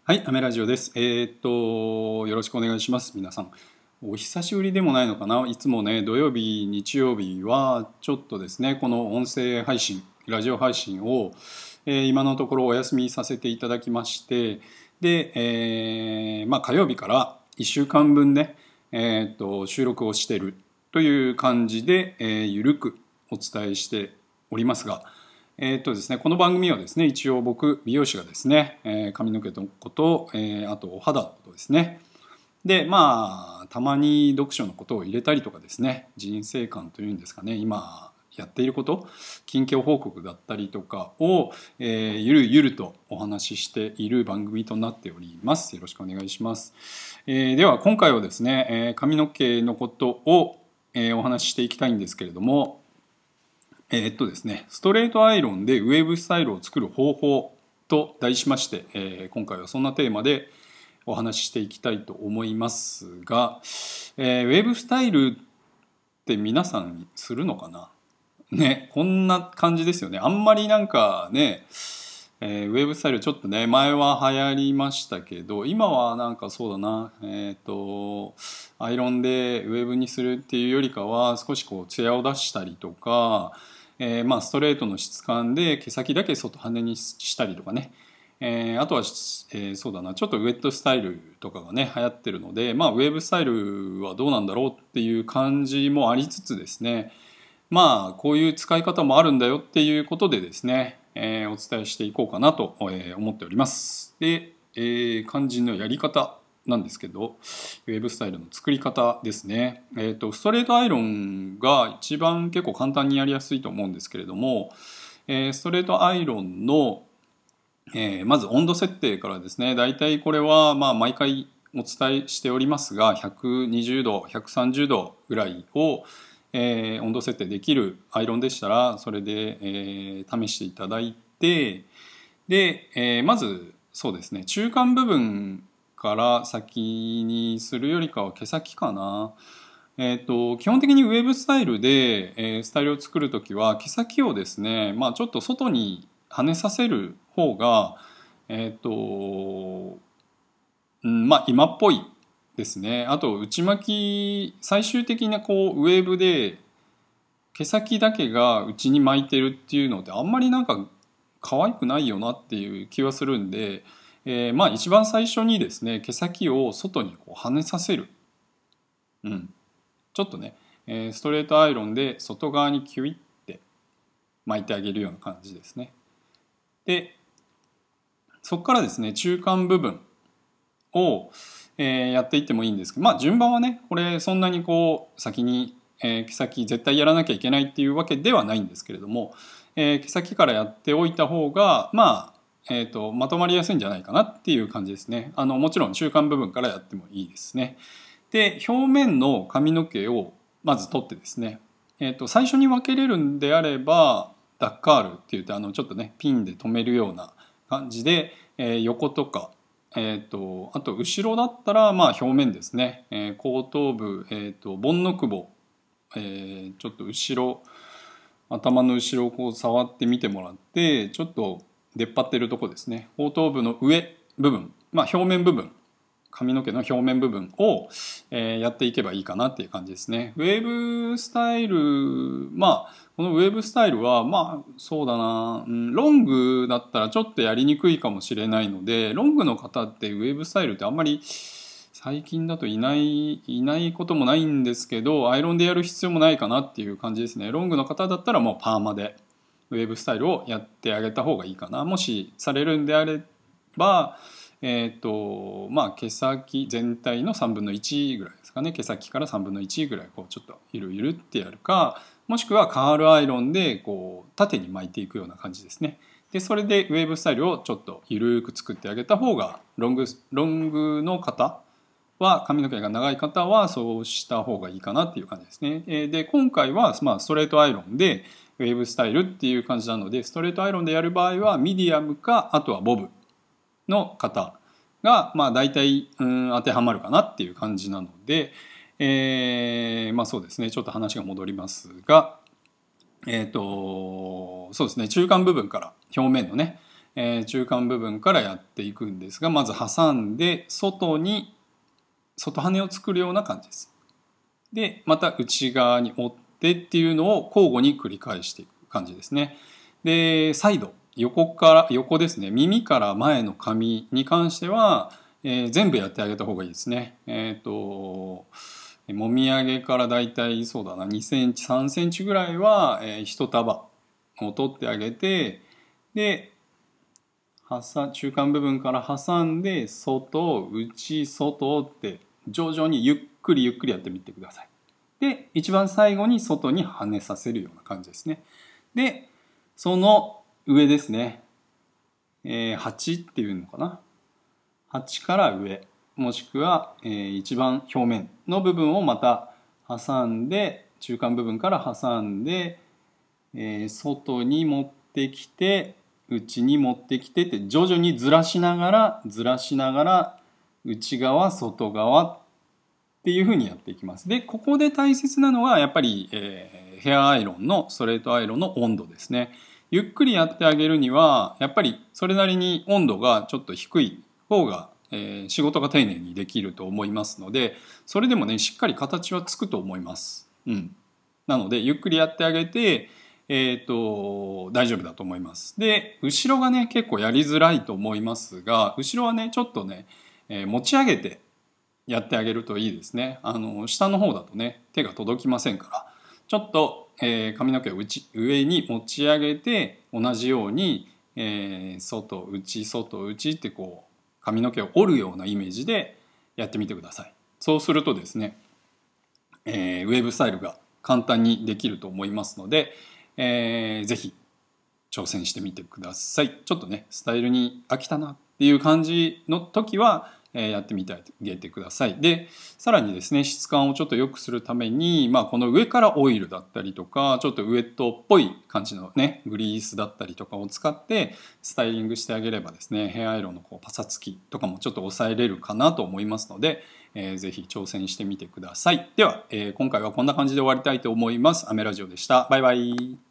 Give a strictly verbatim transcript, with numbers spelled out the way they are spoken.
はい、アメラジオです。えーっと、よろしくお願いします、皆さん。お久しぶりでもないのかな。いつもね、土曜日、日曜日は、ちょっとですね、この音声配信、ラジオ配信を、えー今のところお休みさせていただきまして、で、えーまあ、火曜日からいっしゅうかんぶんね、えーっと、収録をしているという感じで、えーゆるくお伝えしておりますが、えーっとですね、この番組はですね、一応僕、美容師がですね、えー髪の毛のこと、えーあとお肌のことですね。で、まあ、たまに読書のことを入れたりとかですね、人生観というんですかね、今やっていること、近況報告だったりとかを、えーゆるゆるとお話ししている番組となっております。よろしくお願いします。えーでは、今回はですね、えー髪の毛のことを、えーお話ししていきたいんですけれども、えーっとですね、ストレートアイロンでウェーブスタイルを作る方法と題しまして、えー今回はそんなテーマでお話ししていきたいと思いますが、えーウェーブスタイルって皆さんするのかなね、こんな感じですよね。あんまりなんかね、えーウェーブスタイルちょっとね、前は流行りましたけど、今はなんかそうだな、えっと、アイロンでウェーブにするっていうよりかは、少しこう、艶を出したりとか、えーまあ、ストレートの質感で毛先だけ外羽にしたりとかね。えーあとは、えーそうだな、ちょっとウェットスタイルとかがね、流行ってるので、まあ、ウェーブスタイルはどうなんだろうっていう感じもありつつですね、まあ、こういう使い方もあるんだよっていうことでですね、えーお伝えしていこうかなとえー思っております。で、えー肝心のやり方なんですけど、ウェブスタイルの作り方ですね。えっと、ストレートアイロンが一番結構簡単にやりやすいと思うんですけれども、えーストレートアイロンの、えーまず温度設定からですね、大体これはまあ毎回お伝えしておりますが、ひゃくにじゅうど、ひゃくさんじゅうどぐらいを、えー温度設定できるアイロンでしたら、それで、えー試していただいて、で、えーまずそうですね、中間部分から先にするよりかは毛先かな。えー、と基本的にウェブスタイルで、えースタイルを作るときは毛先をですね、まあ、ちょっと外に跳ねさせる方が、えっ、と、うん、まあ今っぽいですね。あと内巻き、最終的なこうウェーブで毛先だけが内に巻いてるっていうのってあんまりなんか可愛くないよなっていう気はするんで、えーまあ一番最初にですね毛先を外にこう跳ねさせる、うん、ちょっとね、えーストレートアイロンで外側にキュイって巻いてあげるような感じですね。でそこからですね中間部分を、えーやっていってもいいんですけど、まあ順番はねこれそんなにこう先に、えー毛先絶対やらなきゃいけないっていうわけではないんですけれども、えー毛先からやっておいた方がまあ、えーと、まとまりやすいんじゃないかなっていう感じですね。あのもちろん中間部分からやってもいいですね。で表面の髪の毛をまず取ってですね、えーと、最初に分けれるんであればダッカールって言ってあのちょっとねピンで留めるような感じで、えー横とかえー、とあと後ろだったらまあ表面ですね、えー後頭部、えー、と盆のくぼ、えーちょっと後ろ頭の後ろをこう触ってみてもらってちょっと出っ張ってるとこですね後頭部の上部分、まあ、表面部分髪の毛の表面部分を、えーやっていけばいいかなっていう感じですね。ウェーブスタイル、まあ、このウェーブスタイルは、まあ、そうだな、うん、ロングだったらちょっとやりにくいかもしれないので、ロングの方ってウェーブスタイルってあんまり最近だといない、いないこともないんですけど、アイロンでやる必要もないかなっていう感じですね。ロングの方だったらもうパーマでウェーブスタイルをやってあげた方がいいかな。もしされるんであれば、えっとまあ毛先全体のさんぶんのいちぐらいですかね、毛先からさんぶんのいちぐらいこうちょっとゆるゆるってやるか、もしくはカールアイロンでこう縦に巻いていくような感じですね。でそれでウェーブスタイルをちょっとゆるく作ってあげた方がロングロングの方は髪の毛が長い方はそうした方がいいかなっていう感じですね。で今回はまあストレートアイロンでウェーブスタイルっていう感じなので、ストレートアイロンでやる場合はミディアムかあとはボブの方が、まあ、大体、うん、当てはまるかなっていう感じなので、えー、まあそうですね、ちょっと話が戻りますが、えっと、そうですね、中間部分から表面のね、 えー中間部分からやっていくんですが、まず挟んで外に外羽を作るような感じです。でまた内側に折ってっていうのを交互に繰り返していく感じですね。でサイド横から横ですね、耳から前の髪に関しては、えー全部やってあげた方がいいですね。えっ、ともみあげからだいたいそうだなにセンチさんセンチぐらいは、えー、一束を取ってあげて、で挟中間部分から挟んで外内外って徐々にゆっくりゆっくりやってみてください。で一番最後に外に跳ねさせるような感じですね。でその上ですね、えー、はちっていうのかな、はちから上もしくは、えー一番表面の部分をまた挟んで中間部分から挟んで、えー外に持ってきて内に持ってきてって徐々にずらしながらずらしながら内側外側っていうふうにやっていきます。でここで大切なのはやっぱり、えーヘアアイロンのストレートアイロンの温度ですね。ゆっくりやってあげるにはやっぱりそれなりに温度がちょっと低い方が、えー仕事が丁寧にできると思いますので、それでもねしっかり形はつくと思います。うん、なのでゆっくりやってあげて、えー、と大丈夫だと思います。で後ろがね結構やりづらいと思いますが、後ろはねちょっとね、えー持ち上げてやってあげるといいですね。あの下の方だとね手が届きませんから、ちょっと、えー髪の毛を内上に持ち上げて同じように、えー外内外内ってこう髪の毛を折るようなイメージでやってみてください。そうするとですね、えーウェーブスタイルが簡単にできると思いますので、えーぜひ挑戦してみてください。ちょっとねスタイルに飽きたなっていう感じの時は、えーやってみてあげてください。でさらにですね質感をちょっと良くするために、まあ、この上からオイルだったりとかちょっとウエットっぽい感じのねグリースだったりとかを使ってスタイリングしてあげればですね、ヘアアイロンのこうパサつきとかもちょっと抑えれるかなと思いますので、えーぜひ挑戦してみてください。では、えー今回はこんな感じで終わりたいと思います。アメラジオでした。バイバイ。